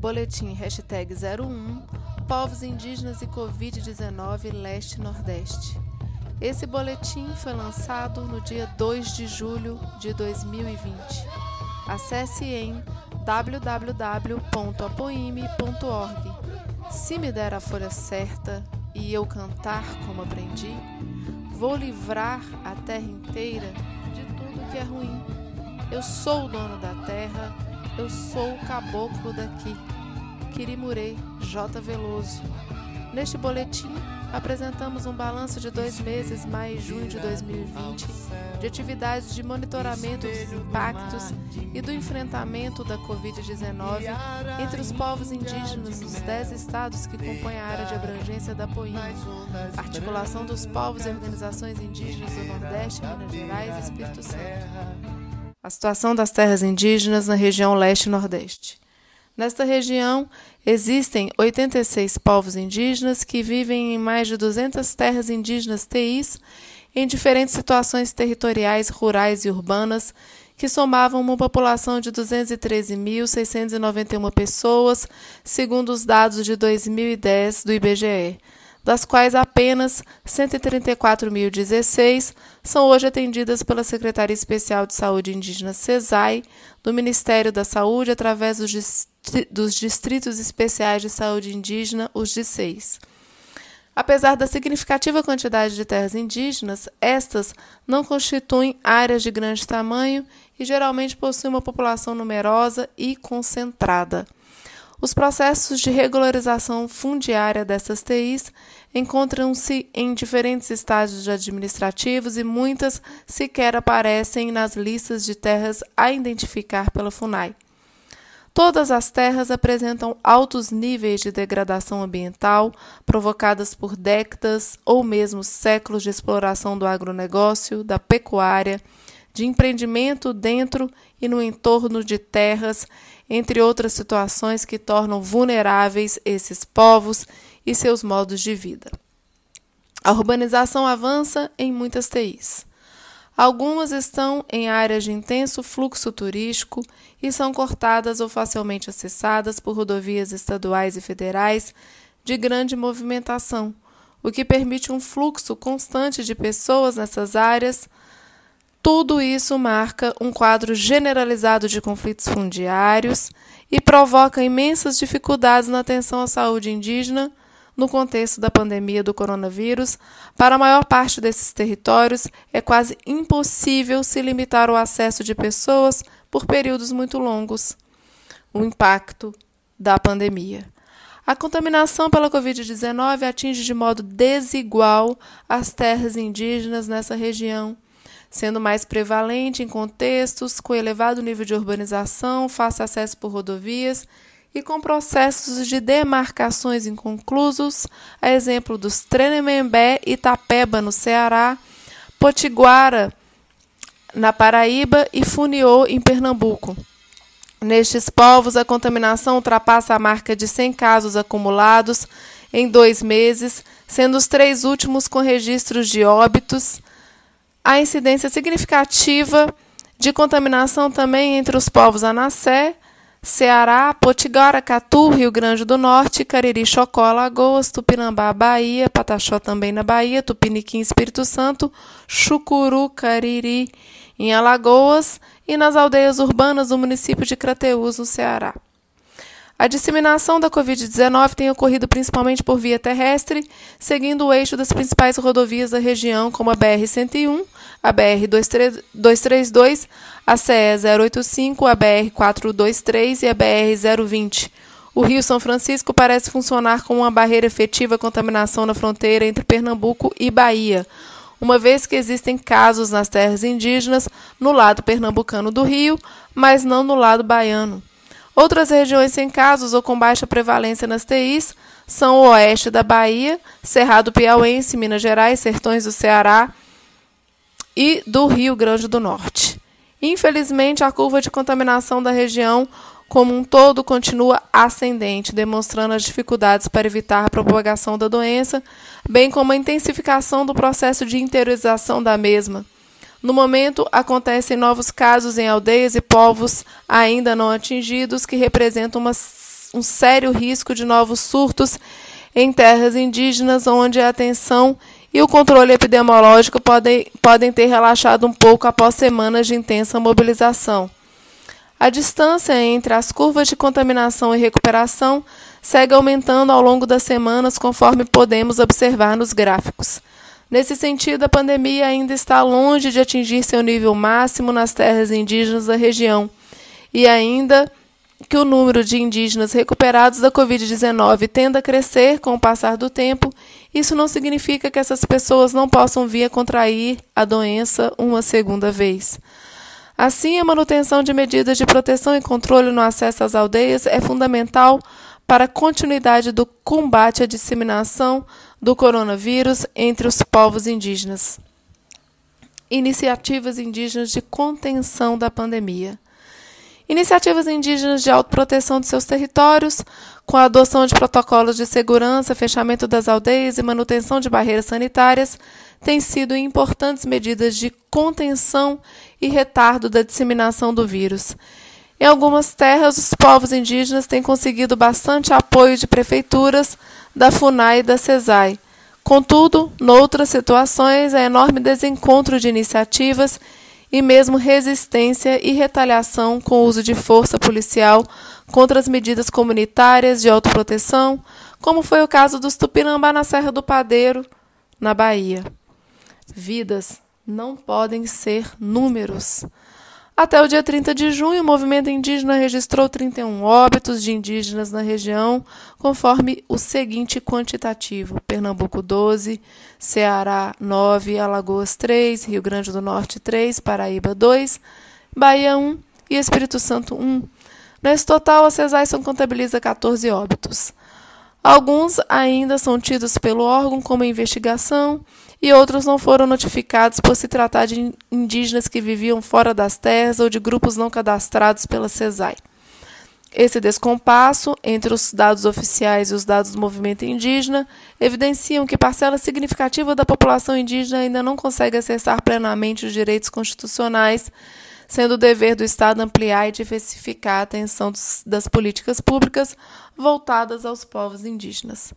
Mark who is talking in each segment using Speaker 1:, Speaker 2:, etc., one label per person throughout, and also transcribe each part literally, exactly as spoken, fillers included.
Speaker 1: boletim hashtag zero um, Povos Indígenas e covid dezenove Leste-Nordeste. Esse boletim foi lançado no dia dois de julho de dois mil e vinte. Acesse em w w w ponto apoime ponto org. Se me der a folha certa e eu cantar como aprendi, vou livrar a terra inteira de tudo que é ruim. Eu sou o dono da terra, eu sou o caboclo daqui. Quirimurê, J. Veloso. Neste boletim, apresentamos um balanço de dois meses, maio e junho de dois mil e vinte, de atividades de monitoramento dos impactos e do enfrentamento da covid dezenove entre os povos indígenas dos dez estados que compõem a área de abrangência da Apoime, articulação dos povos e organizações indígenas do Nordeste, Minas Gerais e Espírito Santo. A situação das terras indígenas na região Leste e Nordeste. Nesta região, existem oitenta e seis povos indígenas que vivem em mais de duzentas terras indígenas T Is em diferentes situações territoriais, rurais e urbanas, que somavam uma população de duzentos e treze mil, seiscentas e noventa e uma pessoas, segundo os dados de dois mil e dez do I B G E, das quais apenas cento e trinta e quatro mil e dezesseis são hoje atendidas pela Secretaria Especial de Saúde Indígena SESAI, do Ministério da Saúde, através dos, distri- dos Distritos Especiais de Saúde Indígena, os D I C E is. Apesar da significativa quantidade de terras indígenas, estas não constituem áreas de grande tamanho e geralmente possuem uma população numerosa e concentrada. Os processos de regularização fundiária dessas T Is encontram-se em diferentes estágios administrativos e muitas sequer aparecem nas listas de terras a identificar pela FUNAI. Todas as terras apresentam altos níveis de degradação ambiental provocadas por décadas ou mesmo séculos de exploração do agronegócio, da pecuária, de empreendimento dentro e no entorno de terras, entre outras situações que tornam vulneráveis esses povos e seus modos de vida. A urbanização avança em muitas T Is. Algumas estão em áreas de intenso fluxo turístico e são cortadas ou facilmente acessadas por rodovias estaduais e federais de grande movimentação, o que permite um fluxo constante de pessoas nessas áreas. Tudo isso marca um quadro generalizado de conflitos fundiários e provoca imensas dificuldades na atenção à saúde indígena no contexto da pandemia do coronavírus. Para a maior parte desses territórios, é quase impossível se limitar o acesso de pessoas por períodos muito longos. O impacto da pandemia. A contaminação pela covid dezenove atinge de modo desigual as terras indígenas nessa região, sendo mais prevalente em contextos com elevado nível de urbanização, fácil acesso por rodovias e com processos de demarcações inconclusos, a exemplo dos Tremembé e Itapeba, no Ceará, Potiguara, na Paraíba e Funiô, em Pernambuco. Nestes povos, a contaminação ultrapassa a marca de cem casos acumulados em dois meses, sendo os três últimos com registros de óbitos. A incidência significativa de contaminação também entre os povos Anassé, Ceará, Potiguara, Catu, Rio Grande do Norte, Cariri, Chocó, Alagoas, Tupinambá, Bahia, Pataxó também na Bahia, Tupiniquim, Espírito Santo, Chucuru, Cariri, em Alagoas e nas aldeias urbanas do município de Crateús, no Ceará. A disseminação da covid dezenove tem ocorrido principalmente por via terrestre, seguindo o eixo das principais rodovias da região, como a B R cento e um, a B R duzentos e trinta e dois, a C E zero oitenta e cinco, a B R quatrocentos e vinte e três e a B R zero vinte. O Rio São Francisco parece funcionar como uma barreira efetiva à contaminação na fronteira entre Pernambuco e Bahia, uma vez que existem casos nas terras indígenas no lado pernambucano do rio, mas não no lado baiano. Outras regiões sem casos ou com baixa prevalência nas T Is são o oeste da Bahia, Cerrado Piauense, Minas Gerais, Sertões do Ceará e do Rio Grande do Norte. Infelizmente, a curva de contaminação da região como um todo continua ascendente, demonstrando as dificuldades para evitar a propagação da doença, bem como a intensificação do processo de interiorização da mesma. No momento, acontecem novos casos em aldeias e povos ainda não atingidos, que representam uma um sério risco de novos surtos em terras indígenas, onde a atenção e o controle epidemiológico podem, podem ter relaxado um pouco após semanas de intensa mobilização. A distância entre as curvas de contaminação e recuperação segue aumentando ao longo das semanas, conforme podemos observar nos gráficos. Nesse sentido, a pandemia ainda está longe de atingir seu nível máximo nas terras indígenas da região, e ainda que o número de indígenas recuperados da covid dezenove tenda a crescer com o passar do tempo, isso não significa que essas pessoas não possam vir a contrair a doença uma segunda vez. Assim, a manutenção de medidas de proteção e controle no acesso às aldeias é fundamental para a continuidade do combate à disseminação do coronavírus entre os povos indígenas. Iniciativas indígenas de contenção da pandemia. Iniciativas indígenas de autoproteção de seus territórios, com a adoção de protocolos de segurança, fechamento das aldeias e manutenção de barreiras sanitárias, têm sido importantes medidas de contenção e retardo da disseminação do vírus. Em algumas terras, os povos indígenas têm conseguido bastante apoio de prefeituras, da FUNAI e da CESAI. Contudo, noutras situações, há enorme desencontro de iniciativas e mesmo resistência e retaliação com o uso de força policial contra as medidas comunitárias de autoproteção, como foi o caso dos Tupinambá na Serra do Padeiro, na Bahia. Vidas não podem ser números. Até o dia trinta de junho, o movimento indígena registrou trinta e um óbitos de indígenas na região, conforme o seguinte quantitativo: Pernambuco doze, Ceará nove, Alagoas três, Rio Grande do Norte três, Paraíba dois, Bahia um e Espírito Santo um. Nesse total, a CESAI contabiliza quatorze óbitos. Alguns ainda são tidos pelo órgão como investigação e outros não foram notificados por se tratar de indígenas que viviam fora das terras ou de grupos não cadastrados pela CESAI. Esse descompasso entre os dados oficiais e os dados do movimento indígena evidenciam que parcela significativa da população indígena ainda não consegue acessar plenamente os direitos constitucionais, sendo o dever do Estado ampliar e diversificar a atenção dos, das políticas públicas voltadas aos povos indígenas.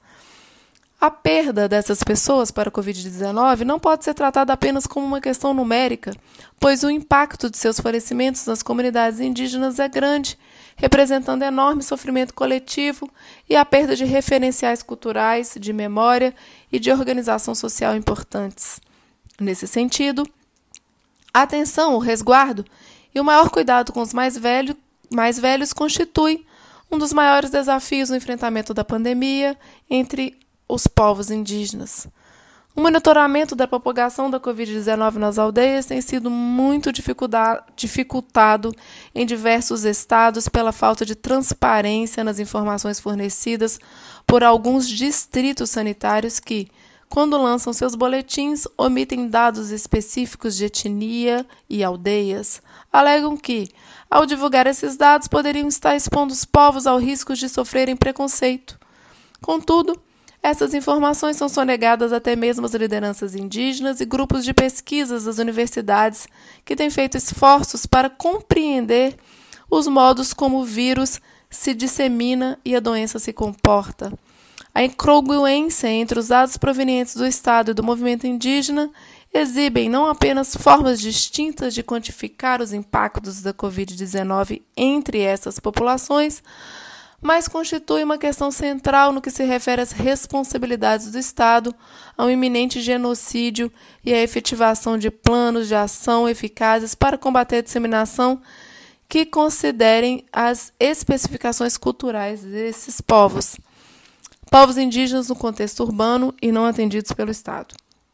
Speaker 1: A perda dessas pessoas para a covid dezenove não pode ser tratada apenas como uma questão numérica, pois o impacto de seus falecimentos nas comunidades indígenas é grande, representando enorme sofrimento coletivo e a perda de referenciais culturais, de memória e de organização social importantes. Nesse sentido, a atenção, o resguardo e o maior cuidado com os mais, velho, mais velhos constitui um dos maiores desafios no enfrentamento da pandemia entre os povos indígenas. O monitoramento da propagação da covid dezenove nas aldeias tem sido muito dificultado em diversos estados pela falta de transparência nas informações fornecidas por alguns distritos sanitários que, quando lançam seus boletins, omitem dados específicos de etnia e aldeias. Alegam que, ao divulgar esses dados, poderiam estar expondo os povos ao risco de sofrerem preconceito. Contudo, essas informações são sonegadas até mesmo às lideranças indígenas e grupos de pesquisas das universidades que têm feito esforços para compreender os modos como o vírus se dissemina e a doença se comporta. A incongruência entre os dados provenientes do Estado e do movimento indígena exibem não apenas formas distintas de quantificar os impactos da covid dezenove entre essas populações, mas constitui uma questão central no que se refere às responsabilidades do Estado, ao iminente genocídio e à efetivação de planos de ação eficazes para combater a disseminação que considerem as especificações culturais desses povos. Povos indígenas no contexto urbano e não atendidos pelo Estado.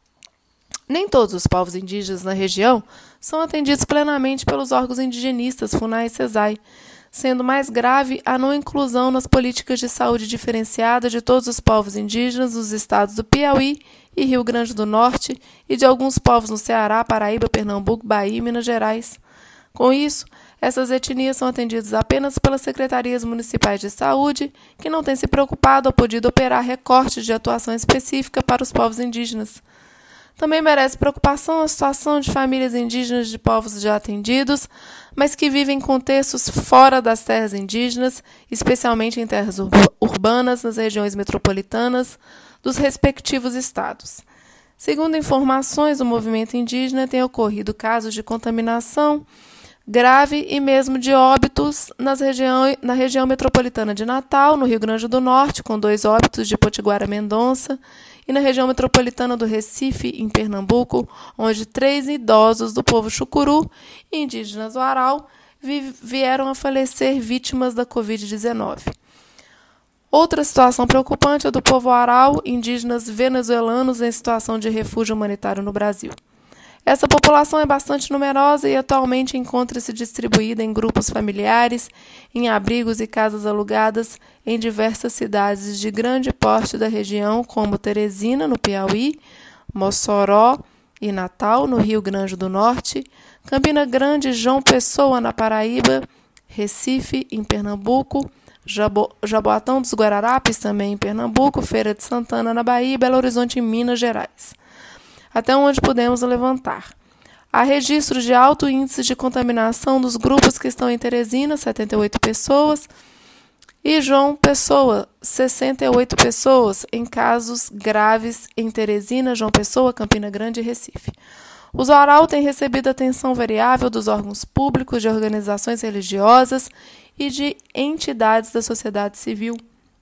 Speaker 1: Nem todos os povos indígenas na região são atendidos plenamente pelos órgãos indigenistas, FUNAI e CESAI, sendo mais grave a não inclusão nas políticas de saúde diferenciada de todos os povos indígenas nos estados do Piauí e Rio Grande do Norte e de alguns povos no Ceará, Paraíba, Pernambuco, Bahia e Minas Gerais. Com isso, essas etnias são atendidas apenas pelas secretarias municipais de saúde, que não têm se preocupado ou podido operar recortes de atuação específica para os povos indígenas. Também merece preocupação a situação de famílias indígenas de povos já atendidos, mas que vivem em contextos fora das terras indígenas, especialmente em terras ur- urbanas, nas regiões metropolitanas dos respectivos estados. Segundo informações do movimento indígena, tem ocorrido casos de contaminação grave e mesmo de óbitos nas região, na região metropolitana de Natal, no Rio Grande do Norte, com dois óbitos de Potiguara Mendonça, e na região metropolitana do Recife, em Pernambuco, onde três idosos do povo chucuru e indígenas Warau vi, vieram a falecer vítimas da covid dezenove. Outra situação preocupante é do povo Warau, indígenas venezuelanos em situação de refúgio humanitário no Brasil. Essa população é bastante numerosa e atualmente encontra-se distribuída em grupos familiares, em abrigos e casas alugadas em diversas cidades de grande porte da região, como Teresina, no Piauí, Mossoró e Natal, no Rio Grande do Norte, Campina Grande e João Pessoa, na Paraíba, Recife, em Pernambuco, Jabo, Jaboatão dos Guararapes, também em Pernambuco, Feira de Santana, na Bahia e Belo Horizonte, em Minas Gerais. Até onde podemos levantar. Há registros de alto índice de contaminação dos grupos que estão em Teresina, setenta e oito pessoas, e João Pessoa, sessenta e oito pessoas, em casos graves em Teresina, João Pessoa, Campina Grande e Recife. Os Warau têm recebido atenção variável dos órgãos públicos, de organizações religiosas e de entidades da sociedade civil.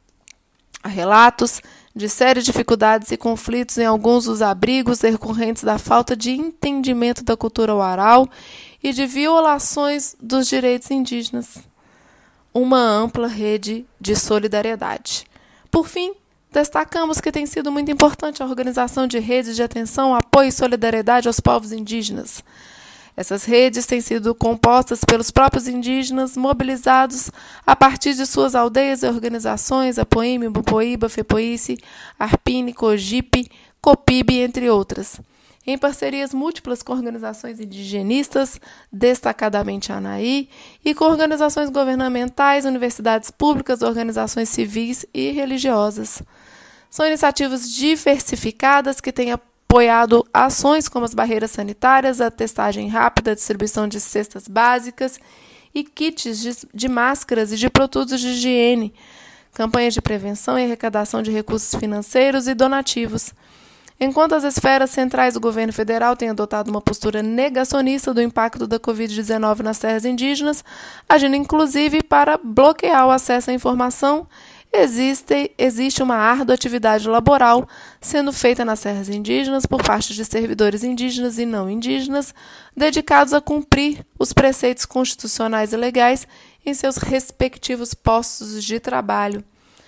Speaker 1: Há relatos de sérias dificuldades e conflitos em alguns dos abrigos decorrentes da falta de entendimento da cultura Warau e de violações dos direitos indígenas. Uma ampla rede de solidariedade. Por fim, destacamos que tem sido muito importante a organização de redes de atenção, apoio e solidariedade aos povos indígenas. Essas redes têm sido compostas pelos próprios indígenas, mobilizados a partir de suas aldeias e organizações, Apoime, Bupoíba, Fepoíce, Arpine, Cogipe, Copibe, entre outras, em parcerias múltiplas com organizações indigenistas, destacadamente a ANAI, e com organizações governamentais, universidades públicas, organizações civis e religiosas. São iniciativas diversificadas que têm apoiado ações como as barreiras sanitárias, a testagem rápida, a distribuição de cestas básicas e kits de, de máscaras e de produtos de higiene, campanhas de prevenção e arrecadação de recursos financeiros e donativos. Enquanto as esferas centrais do governo federal têm adotado uma postura negacionista do impacto da covid dezenove nas terras indígenas, agindo inclusive para bloquear o acesso à informação, Existe, existe uma árdua atividade laboral sendo feita nas terras indígenas por parte de servidores indígenas e não indígenas, dedicados a cumprir os preceitos constitucionais e legais em seus respectivos postos de trabalho.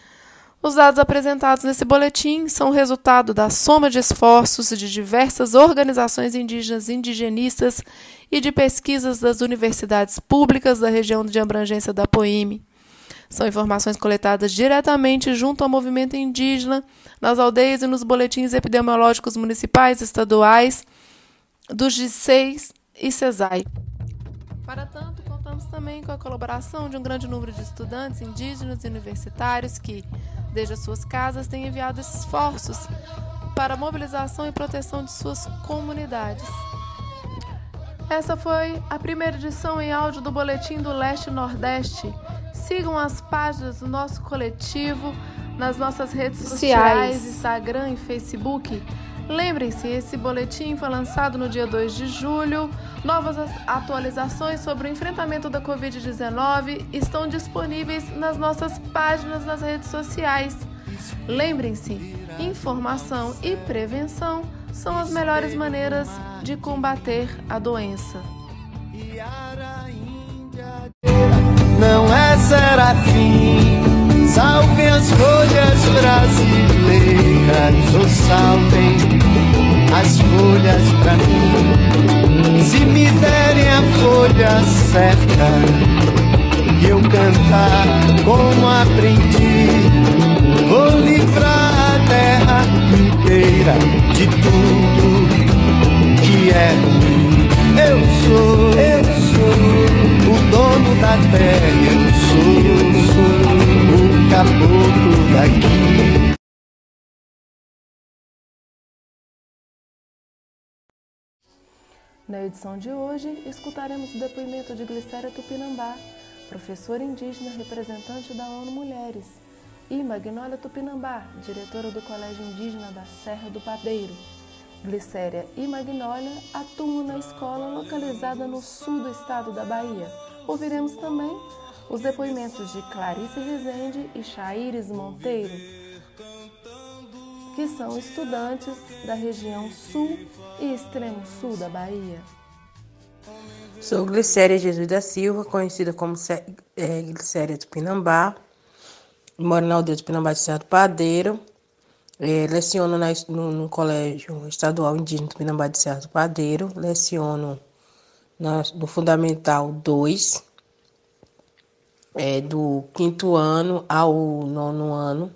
Speaker 1: Os dados apresentados nesse boletim são resultado da soma de esforços de diversas organizações indígenas indigenistas e de pesquisas das universidades públicas da região de abrangência da Apoime. São informações coletadas diretamente junto ao movimento indígena, nas aldeias e nos boletins epidemiológicos municipais, estaduais, dos G seis e CESAI. Para tanto, contamos também com a colaboração de um grande número de estudantes indígenas e universitários que, desde as suas casas, têm enviado esforços para a mobilização e proteção de suas comunidades. Essa foi a primeira edição em áudio do Boletim do Leste-Nordeste. Sigam as páginas do nosso coletivo nas nossas redes sociais, sociais, Instagram e Facebook. Lembrem-se, esse boletim foi lançado no dia dois de julho. Novas atualizações sobre o enfrentamento da covid dezenove estão disponíveis nas nossas páginas nas redes sociais. Lembrem-se, informação e prevenção são as melhores maneiras de combater a doença.
Speaker 2: Não é serafim, salve as folhas brasileiras, ou salvem as folhas pra mim. Se me derem a folha certa e eu cantar como aprendi, vou livrar a terra inteira de tudo que é ruim. Eu sou, eu sou o dono da terra, eu sou o caboclo daqui.
Speaker 1: Na edição de hoje, escutaremos o depoimento de Glicéria Tupinambá, professora indígena representante da ONU Mulheres, e Magnólia Tupinambá, diretora do Colégio Indígena da Serra do Padeiro. Glicéria e Magnólia atuam na escola localizada no sul do estado da Bahia. Ouviremos também os depoimentos de Clarice Rezende e Chaires Monteiro, que são estudantes da região sul e extremo sul da Bahia.
Speaker 3: Sou Glicéria Jesus da Silva, conhecida como é, Glicéria Tupinambá. Moro na aldeia Tupinambá de Serra do Padeiro. É, leciono na, no, no Colégio Estadual Indígena Tupinambá de Serra do Padeiro. Leciono na, no Fundamental dois, é, do quinto ano ao nono ano.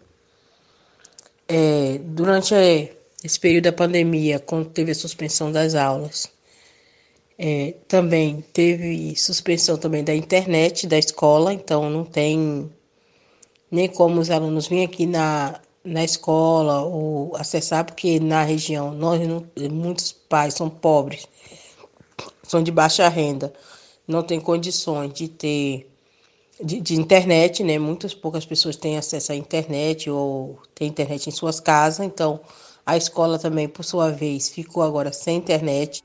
Speaker 3: É, durante é, esse período da pandemia, quando teve a suspensão das aulas, é, também teve suspensão também da internet da escola, então não tem nem como os alunos virem aqui na, na escola ou acessar, porque na região nós não, muitos pais são pobres, são de baixa renda, não tem condições de ter de, de internet, né? Muitas poucas pessoas têm acesso à internet ou têm internet em suas casas, então a escola também, por sua vez, ficou agora sem internet.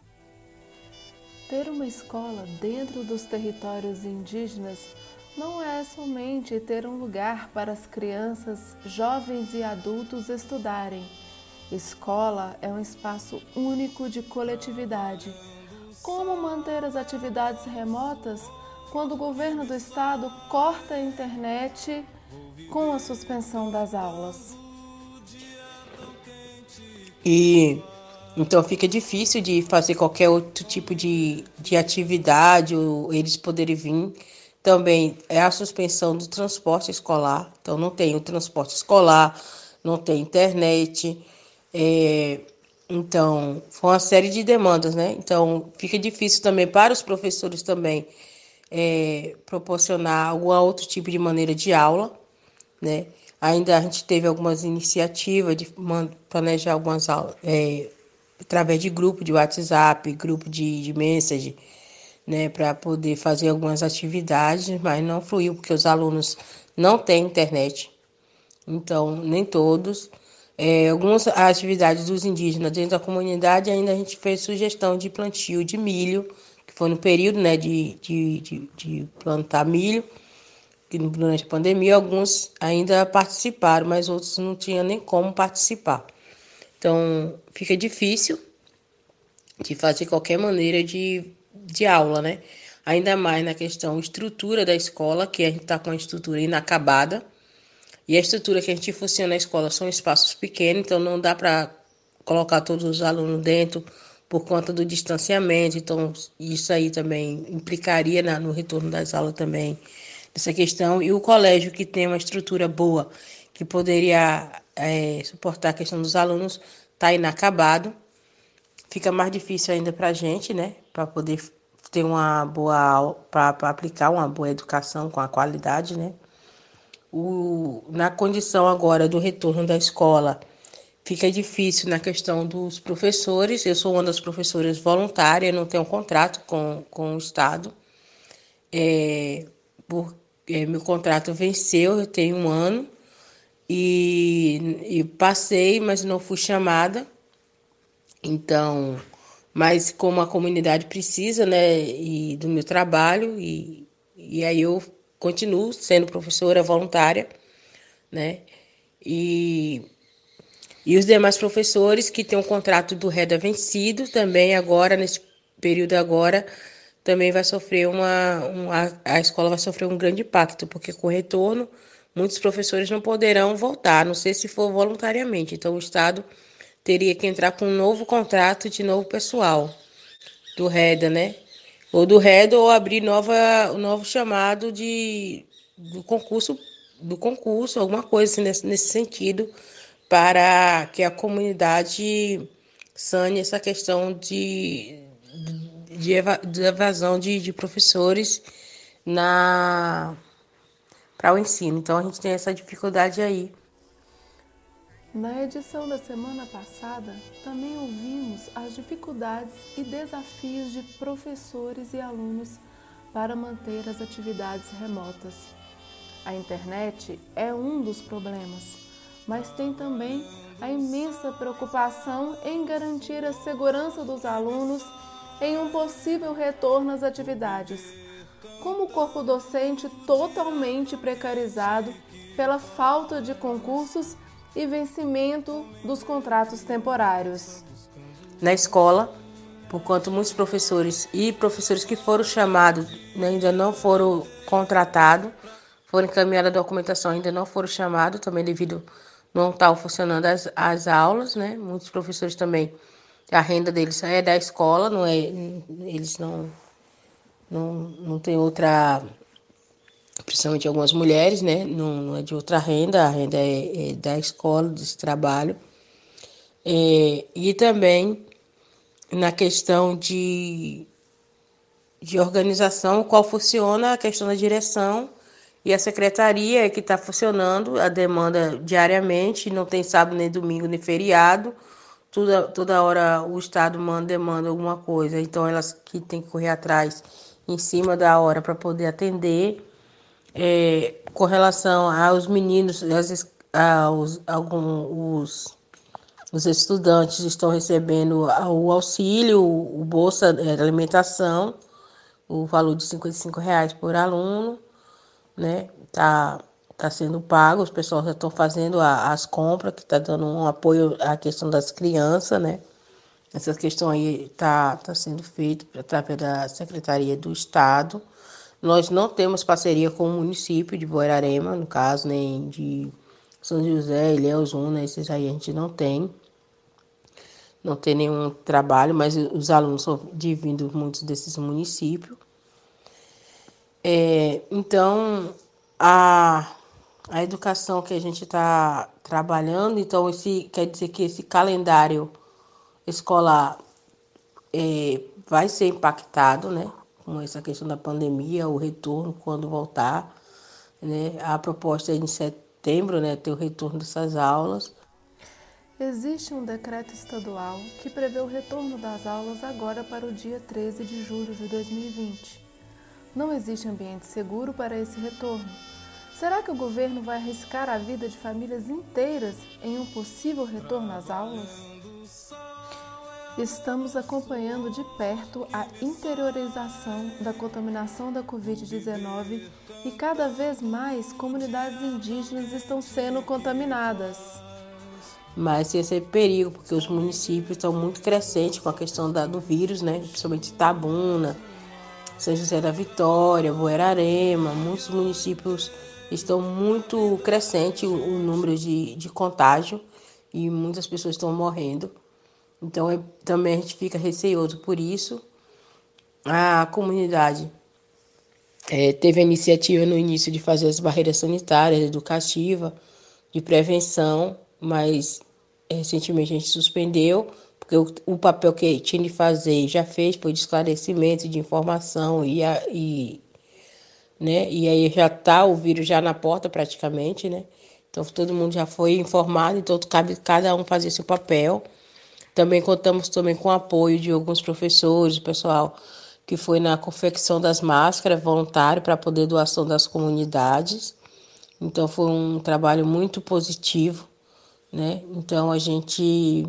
Speaker 1: Ter uma escola dentro dos territórios indígenas não é somente ter um lugar para as crianças, jovens e adultos estudarem. Escola é um espaço único de coletividade. Como manter as atividades remotas quando o governo do estado corta a internet com a suspensão das aulas?
Speaker 3: E então fica difícil de fazer qualquer outro tipo de, de atividade, ou eles poderem vir. Também é a suspensão do transporte escolar, então não tem o transporte escolar, não tem internet, é, então foi uma série de demandas, né? Então fica difícil também para os professores também é, proporcionar algum outro tipo de maneira de aula, né? Ainda a gente teve algumas iniciativas de planejar algumas aulas é, através de grupo de WhatsApp, grupo de, de message, né, para poder fazer algumas atividades, mas não fluiu porque os alunos não têm internet, então nem todos. É, algumas atividades dos indígenas dentro da comunidade ainda a gente fez sugestão de plantio de milho, que foi no período, né, de, de, de, de plantar milho, que durante a pandemia alguns ainda participaram, mas outros não tinham nem como participar. Então fica difícil de fazer qualquer maneira de de aula, né? Ainda mais na questão estrutura da escola, que a gente está com a estrutura inacabada. E a estrutura que a gente funciona na escola são espaços pequenos, então não dá para colocar todos os alunos dentro por conta do distanciamento. Então isso aí também implicaria na, no retorno das aulas também, dessa questão. E o colégio que tem uma estrutura boa, que poderia é, suportar a questão dos alunos, está inacabado. Fica mais difícil ainda para a gente, né? Para poder ter uma boa, para aplicar uma boa educação com a qualidade, né? O, na condição agora do retorno da escola, fica difícil na questão dos professores. Eu sou uma das professoras voluntárias, não tenho um contrato com, com o Estado. É, por, é, meu contrato venceu, eu tenho um ano, e, e passei, mas não fui chamada. Então, mas como a comunidade precisa, né, e do meu trabalho, e, e aí eu continuo sendo professora voluntária, né, e, e os demais professores que têm o contrato do REDA vencido, também agora, nesse período agora, também vai sofrer uma, uma, a escola vai sofrer um grande impacto, porque com o retorno, muitos professores não poderão voltar, a não sei se for voluntariamente, então o Estado teria que entrar com um novo contrato de novo pessoal do REDA, né? Ou do REDA, ou abrir nova, um novo chamado de, do concurso, do concurso, alguma coisa assim, nesse, nesse sentido, para que a comunidade sane essa questão de, de, eva, de evasão de, de professores na, para o ensino. Então a gente tem essa dificuldade aí.
Speaker 1: Na edição da semana passada, também ouvimos as dificuldades e desafios de professores e alunos para manter as atividades remotas. A internet é um dos problemas, mas tem também a imensa preocupação em garantir a segurança dos alunos em um possível retorno às atividades, como o corpo docente totalmente precarizado pela falta de concursos e vencimento dos contratos temporários.
Speaker 3: Na escola, por quanto muitos professores e professores que foram chamados né, ainda não foram contratados, foram encaminhada a documentação, ainda não foram chamados, também devido não estar funcionando as, as aulas, né? Muitos professores também, a renda deles é da escola, não é, eles não, não, não tem outra, principalmente algumas mulheres, né? Não, não é de outra renda, a renda é, é da escola, desse trabalho. É, e também na questão de, de organização, qual funciona a questão da direção e a secretaria que está funcionando, a demanda diariamente, não tem sábado, nem domingo, nem feriado, toda, toda hora o Estado manda, demanda alguma coisa, então elas que tem que correr atrás em cima da hora para poder atender. É, com relação aos meninos, aos, aos, alguns, os estudantes estão recebendo o auxílio, o Bolsa de Alimentação, o valor de cinquenta e cinco reais por aluno, né? Tá, tá sendo pago, os pessoal já estão fazendo a, as compras, que está dando um apoio à questão das crianças, né? Essa questão aí está tá sendo feita através da Secretaria do Estado. Nós não temos parceria com o município de Borarema, no caso, nem de São José, Ilhéus, Una, esses aí a gente não tem. Não tem nenhum trabalho, mas os alunos são de vindo muitos desses municípios. É, então, a, a educação que a gente está trabalhando, então esse, quer dizer que esse calendário escolar é, vai ser impactado, né, com essa questão da pandemia, o retorno quando voltar, né, a proposta é em setembro, né, ter o retorno dessas aulas.
Speaker 1: Existe um decreto estadual que prevê o retorno das aulas agora para o dia treze de julho de dois mil e vinte. Não existe ambiente seguro para esse retorno. Será que o governo vai arriscar a vida de famílias inteiras em um possível retorno às aulas? Estamos acompanhando de perto a interiorização da contaminação da covid dezenove e cada vez mais comunidades indígenas estão sendo contaminadas.
Speaker 3: Mas esse é perigo, porque os municípios estão muito crescentes com a questão da, do vírus, né? Principalmente Itabuna, São José da Vitória, Buerarema, muitos municípios estão muito crescente o, o número de, de contágio e muitas pessoas estão morrendo. Então é, também a gente fica receoso por isso. A comunidade é, teve a iniciativa no início de fazer as barreiras sanitárias, educativas, de prevenção, mas recentemente a gente suspendeu, porque o, o papel que tinha de fazer já fez, foi de esclarecimento, de informação, e, a, e, né, e aí já está o vírus já na porta praticamente, né? Então todo mundo já foi informado, então cabe cada um fazer seu papel. Também contamos também com o apoio de alguns professores, o pessoal que foi na confecção das máscaras, voluntário para poder doação das comunidades. Então foi um trabalho muito positivo, né? Então a gente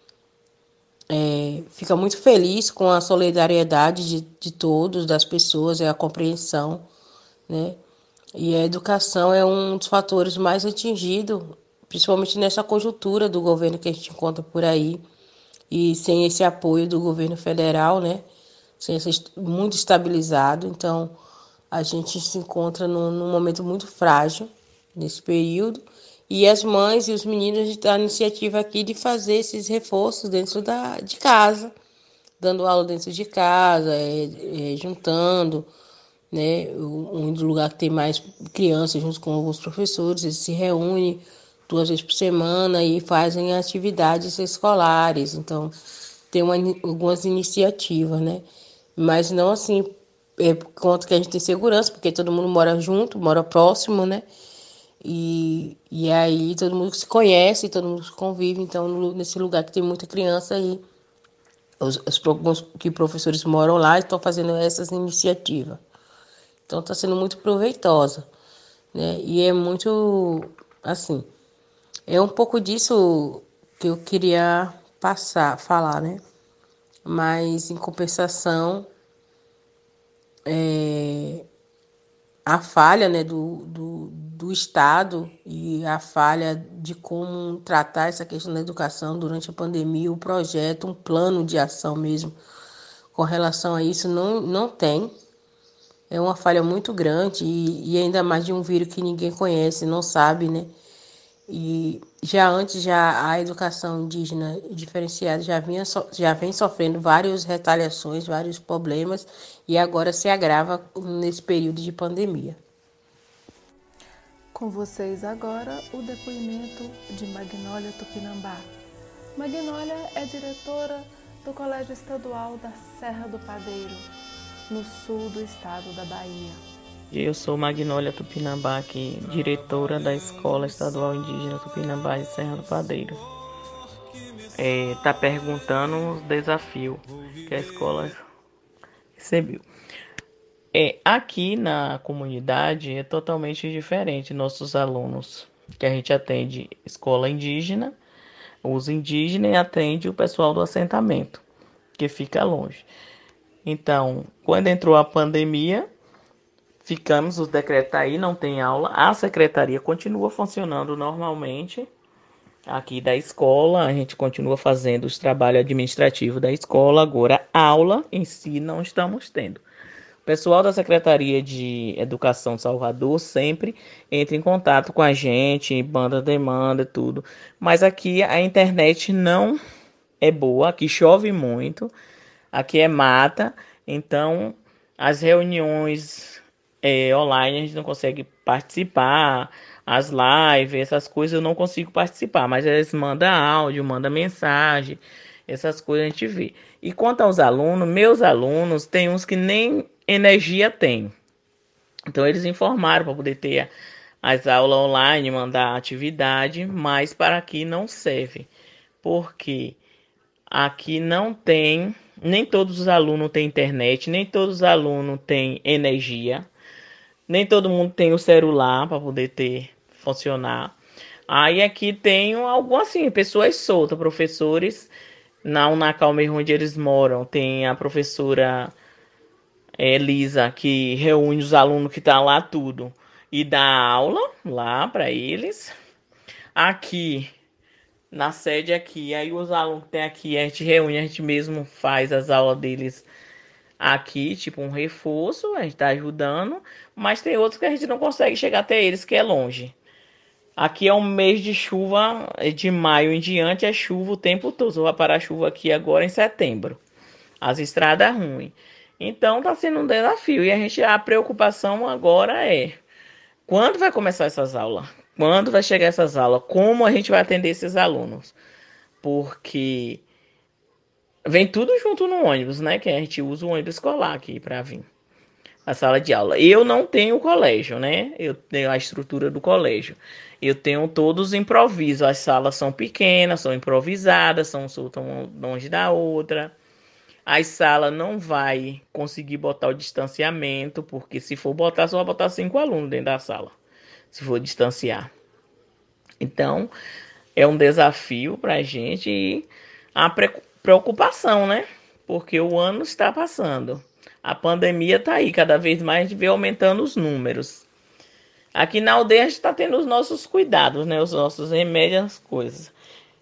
Speaker 3: é, fica muito feliz com a solidariedade de, de todos, das pessoas, e a compreensão, né? E a educação é um dos fatores mais atingidos, principalmente nessa conjuntura do governo que a gente encontra por aí. E sem esse apoio do governo federal, né? Sem esse, muito estabilizado. Então, a gente se encontra num, num momento muito frágil nesse período. E as mães e os meninos, a gente dá a iniciativa aqui de fazer esses reforços dentro da, de casa, dando aula dentro de casa, é, é, juntando, né? Um lugar que tem mais crianças, junto com alguns professores, eles se reúnem duas vezes por semana e fazem atividades escolares. Então, tem uma, algumas iniciativas, né? Mas não assim, é por conta que a gente tem segurança, porque todo mundo mora junto, mora próximo, né? E, e aí todo mundo se conhece, todo mundo se convive, então no- nesse lugar que tem muita criança aí, os, os, pro- os que professores moram lá estão fazendo essas iniciativas. Então está sendo muito proveitosa, né? E é muito, assim, é um pouco disso que eu queria passar, falar, né? Mas em compensação, é, a falha, né, do, do, do Estado e a falha de como tratar essa questão da educação durante a pandemia, o projeto, um plano de ação mesmo com relação a isso não, não tem. É uma falha muito grande e, e ainda mais de um vírus que ninguém conhece, não sabe, né? E já antes já a educação indígena diferenciada já vinha so, já vem sofrendo várias retaliações, vários problemas e agora se agrava nesse período de pandemia.
Speaker 1: Com vocês agora o depoimento de Magnólia Tupinambá. Magnólia é diretora do Colégio Estadual da Serra do Padeiro, no sul do estado da Bahia.
Speaker 4: Eu sou Magnólia Tupinambá, aqui, diretora da Escola Estadual Indígena Tupinambá de Serra do Padeiro. É, tá perguntando os desafios que a escola recebeu. É, aqui na comunidade é totalmente diferente. Nossos alunos, que a gente atende escola indígena, os indígenas, e atende o pessoal do assentamento, que fica longe. Então, quando entrou a pandemia, ficamos, os decretos aí, não tem aula. A secretaria continua funcionando normalmente aqui da escola. A gente continua fazendo os trabalhos administrativos da escola. Agora, aula em si não estamos tendo. O pessoal da Secretaria de Educação de Salvador sempre entra em contato com a gente, manda demanda, tudo. Mas aqui a internet não é boa, aqui chove muito, aqui é mata, então as reuniões é, online a gente não consegue participar, as lives, essas coisas eu não consigo participar, mas eles mandam áudio, mandam mensagem, essas coisas a gente vê. E quanto aos alunos, meus alunos, tem uns que nem energia tem. Então eles informaram para poder ter as aulas online, mandar atividade, mas para aqui não serve, porque aqui não tem, nem todos os alunos têm internet, nem todos os alunos têm energia, nem todo mundo tem o celular para poder ter funcionar. Aí aqui tem algo assim, pessoas soltas, professores na Unacal mesmo onde eles moram, tem a professora Elisa que reúne os alunos que estão lá tudo e dá aula lá para eles. Aqui na sede aqui, aí os alunos que tem aqui, a gente reúne, a gente mesmo faz as aulas deles aqui, tipo um reforço, a gente tá ajudando, mas tem outros que a gente não consegue chegar até eles, que é longe. Aqui é um mês de chuva, de maio em diante é chuva o tempo todo, só vai parar a chuva aqui agora em setembro. As estradas ruins. Então tá sendo um desafio e a gente, a preocupação agora é quando vai começar essas aulas? Quando vai chegar essas aulas? Como a gente vai atender esses alunos? Porque vem tudo junto no ônibus, né? Que a gente usa o ônibus escolar aqui para vir a sala de aula. Eu não tenho colégio, né? Eu tenho a estrutura do colégio. Eu tenho todos os improvisos. As salas são pequenas, são improvisadas, são soltas longe da outra. As salas não vai conseguir botar o distanciamento, porque se for botar, só vai botar cinco alunos dentro da sala, se for distanciar. Então, é um desafio para a gente e a preocupação, né? Porque o ano está passando. A pandemia está aí, cada vez mais a gente vê aumentando os números. Aqui na aldeia a gente está tendo os nossos cuidados, né? Os nossos remédios, as coisas.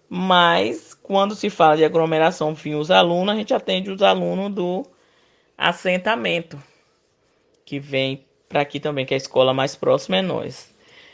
Speaker 4: Mas quando se fala de aglomeração, enfim, os alunos, a gente atende os alunos do assentamento, que vem para aqui também, que é a escola mais próxima é nós.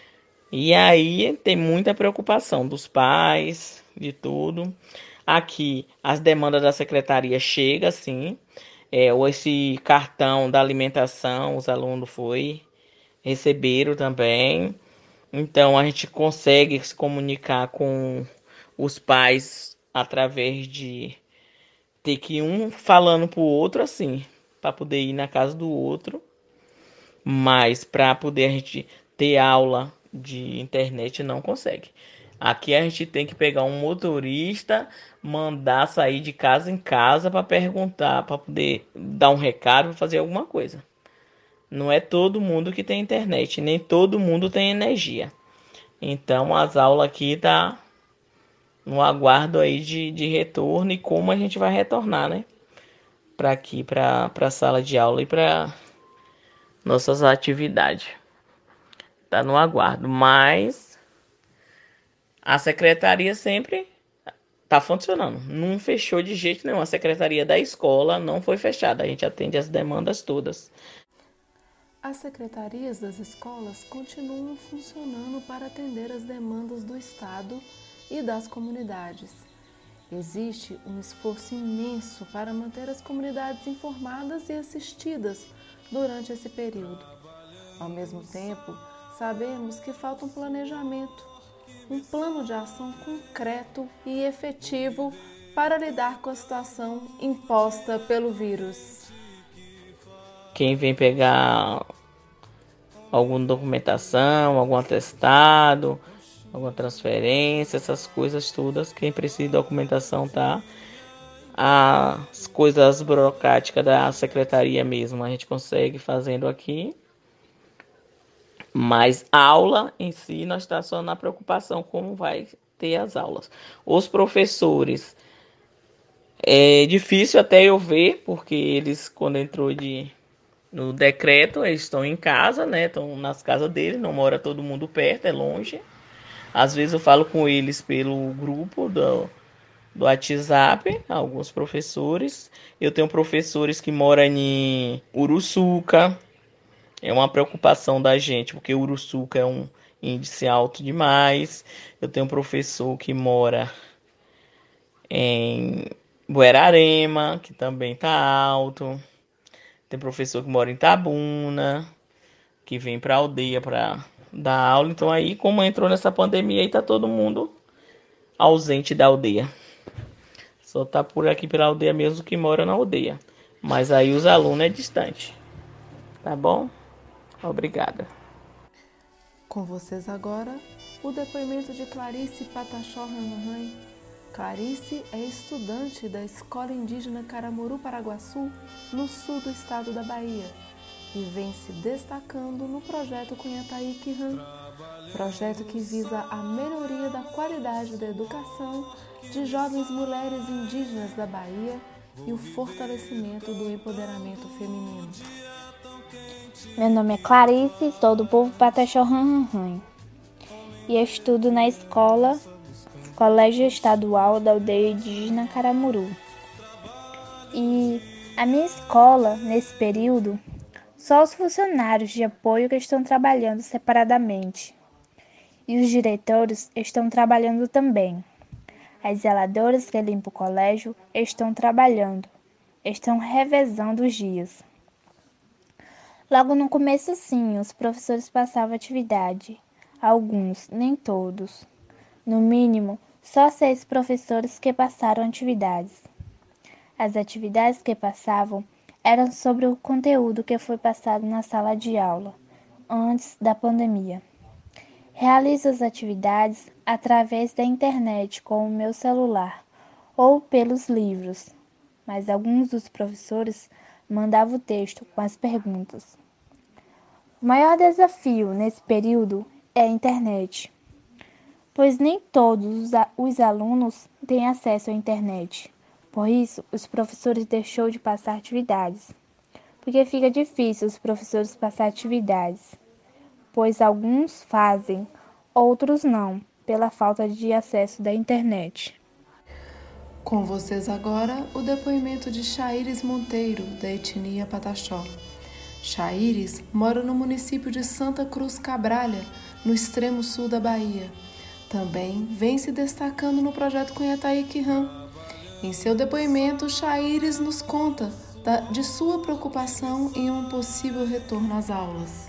Speaker 4: E aí tem muita preocupação dos pais, de tudo. Aqui as demandas da secretaria chegam, sim. É, ou esse cartão da alimentação, os alunos foi, receberam também. Então a gente consegue se comunicar com os pais através de ter que ir um falando pro outro assim, para poder ir na casa do outro. Mas para poder a gente ter aula de internet não consegue. Aqui a gente tem que pegar um motorista, mandar sair de casa em casa para perguntar, para poder dar um recado, para fazer alguma coisa. Não é todo mundo que tem internet, nem todo mundo tem energia. Então as aulas aqui tá no aguardo aí de, de retorno e como a gente vai retornar, né? Para aqui, para a sala de aula e para nossas atividades. Tá no aguardo, mas a secretaria sempre tá funcionando. Não fechou de jeito nenhum. A secretaria da escola não foi fechada. A gente atende as demandas todas.
Speaker 1: As secretarias das escolas continuam funcionando para atender as demandas do Estado e das comunidades. Existe um esforço imenso para manter as comunidades informadas e assistidas durante esse período. Ao mesmo tempo, sabemos que falta um planejamento, um plano de ação concreto e efetivo para lidar com a situação imposta pelo vírus.
Speaker 4: Quem vem pegar alguma documentação, algum atestado, alguma transferência, essas coisas todas, quem precisa de documentação, tá? As coisas burocráticas da secretaria mesmo, a gente consegue fazendo aqui. Mas aula em si, nós estamos só na preocupação como vai ter as aulas. Os professores, é difícil até eu ver, porque eles, quando entrou de, no decreto, eles estão em casa, né? Estão nas casas deles, não mora todo mundo perto, é longe. Às vezes eu falo com eles pelo grupo do, do WhatsApp, alguns professores. Eu tenho professores que moram em Uruçuca. É uma preocupação da gente, porque Uruçuca é um índice alto demais. Eu tenho um professor que mora em Buerarema, que também está alto. Tem professor que mora em Tabuna, que vem para a aldeia para dar aula. Então aí, como entrou nessa pandemia, aí tá todo mundo ausente da aldeia. Só tá por aqui pela aldeia mesmo que mora na aldeia. Mas aí os alunos é distante. Tá bom? Obrigada.
Speaker 1: Com vocês agora, o depoimento de Clarice Pataxó Ranranhan. Clarice é estudante da Escola Indígena Caramuru Paraguaçu, no sul do estado da Bahia, e vem se destacando no projeto Cunhataí Kihan, projeto que visa a melhoria da qualidade da educação de jovens mulheres indígenas da Bahia e o fortalecimento do empoderamento feminino.
Speaker 5: Meu nome é Clarice, sou do povo Pataxó Ranranhan e eu estudo na escola Colégio Estadual da Aldeia Indígena Caramuru. E a minha escola, nesse período, só os funcionários de apoio que estão trabalhando separadamente. E os diretores estão trabalhando também. As zeladoras que limpam o colégio estão trabalhando, estão revezando os dias. Logo no começo, sim, os professores passavam atividade. Alguns, nem todos. No mínimo, só seis professores que passaram atividades. As atividades que passavam eram sobre o conteúdo que foi passado na sala de aula, antes da pandemia. Realizo as atividades através da internet com o meu celular ou pelos livros, mas alguns dos professores mandavam o texto com as perguntas. O maior desafio nesse período é a internet, pois nem todos os alunos têm acesso à internet. Por isso, os professores deixou de passar atividades, porque fica difícil os professores passar atividades, pois alguns fazem, outros não, pela falta de acesso da internet.
Speaker 1: Com vocês agora, o depoimento de Chaires Monteiro, da etnia Pataxó. Chaires mora no município de Santa Cruz Cabralha, no extremo sul da Bahia. Também vem se destacando no projeto Cunhataí Kihan. Em seu depoimento, Chaires nos conta da, de sua preocupação em um possível retorno às aulas.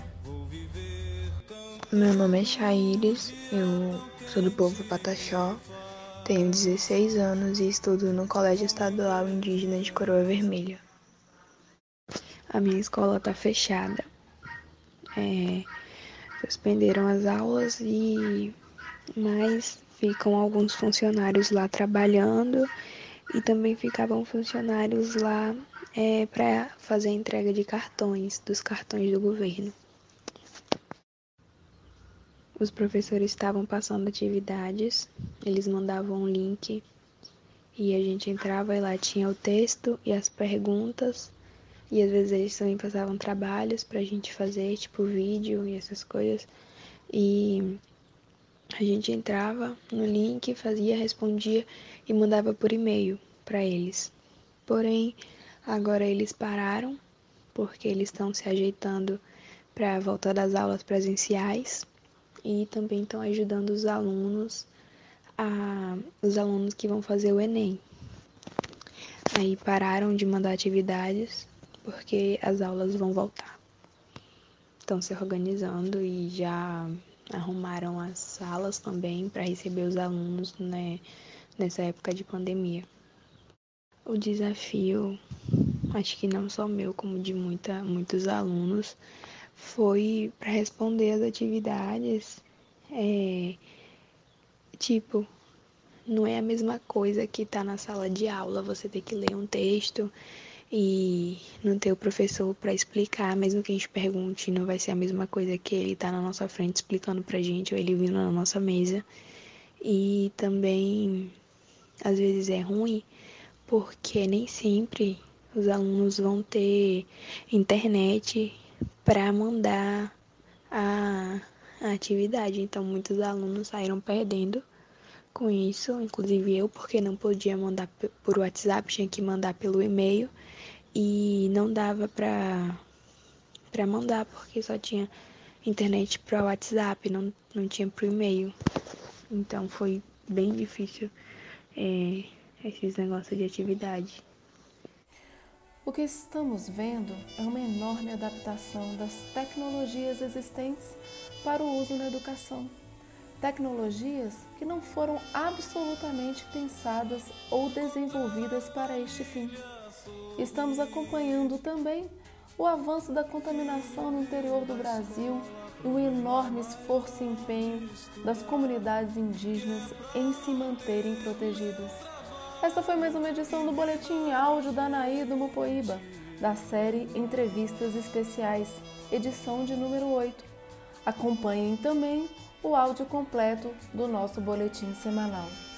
Speaker 6: Meu nome é Chaires, eu sou do povo Pataxó, tenho dezesseis anos e estudo no Colégio Estadual Indígena de Coroa Vermelha. A minha escola está fechada. É, suspenderam as aulas e mas ficam alguns funcionários lá trabalhando e também ficavam funcionários lá é, para fazer a entrega de cartões, dos cartões do governo. Os professores estavam passando atividades, eles mandavam um link e a gente entrava e lá tinha o texto e as perguntas. E às vezes eles também passavam trabalhos pra gente fazer, tipo vídeo e essas coisas. E a gente entrava no link, fazia, respondia e mandava por e-mail para eles. Porém, agora eles pararam, porque eles estão se ajeitando para a volta das aulas presenciais e também estão ajudando os alunos, a, os alunos que vão fazer o Enem. Aí pararam de mandar atividades, porque as aulas vão voltar. Estão se organizando e já arrumaram as salas também para receber os alunos, né, nessa época de pandemia. O desafio, acho que não só meu, como de muita, muitos alunos, foi para responder as atividades, é, tipo, não é a mesma coisa que tá na sala de aula, você ter que ler um texto e não ter o professor para explicar, mesmo que a gente pergunte, não vai ser a mesma coisa que ele tá na nossa frente explicando pra gente ou ele vindo na nossa mesa. E também, às vezes é ruim, porque nem sempre os alunos vão ter internet para mandar a, a atividade. Então, muitos alunos saíram perdendo com isso, inclusive eu, porque não podia mandar por WhatsApp, tinha que mandar pelo e-mail. E não dava pra, pra mandar, porque só tinha internet para o WhatsApp, não, não tinha pro e-mail. Então foi bem difícil é, esses negócios de atividade.
Speaker 1: O que estamos vendo é uma enorme adaptação das tecnologias existentes para o uso na educação. Tecnologias que não foram absolutamente pensadas ou desenvolvidas para este fim. Estamos acompanhando também o avanço da contaminação no interior do Brasil e o enorme esforço e empenho das comunidades indígenas em se manterem protegidas. Esta foi mais uma edição do Boletim em Áudio da Anaí do Mupoíba, da série Entrevistas Especiais, edição de número oito. Acompanhem também o áudio completo do nosso boletim semanal.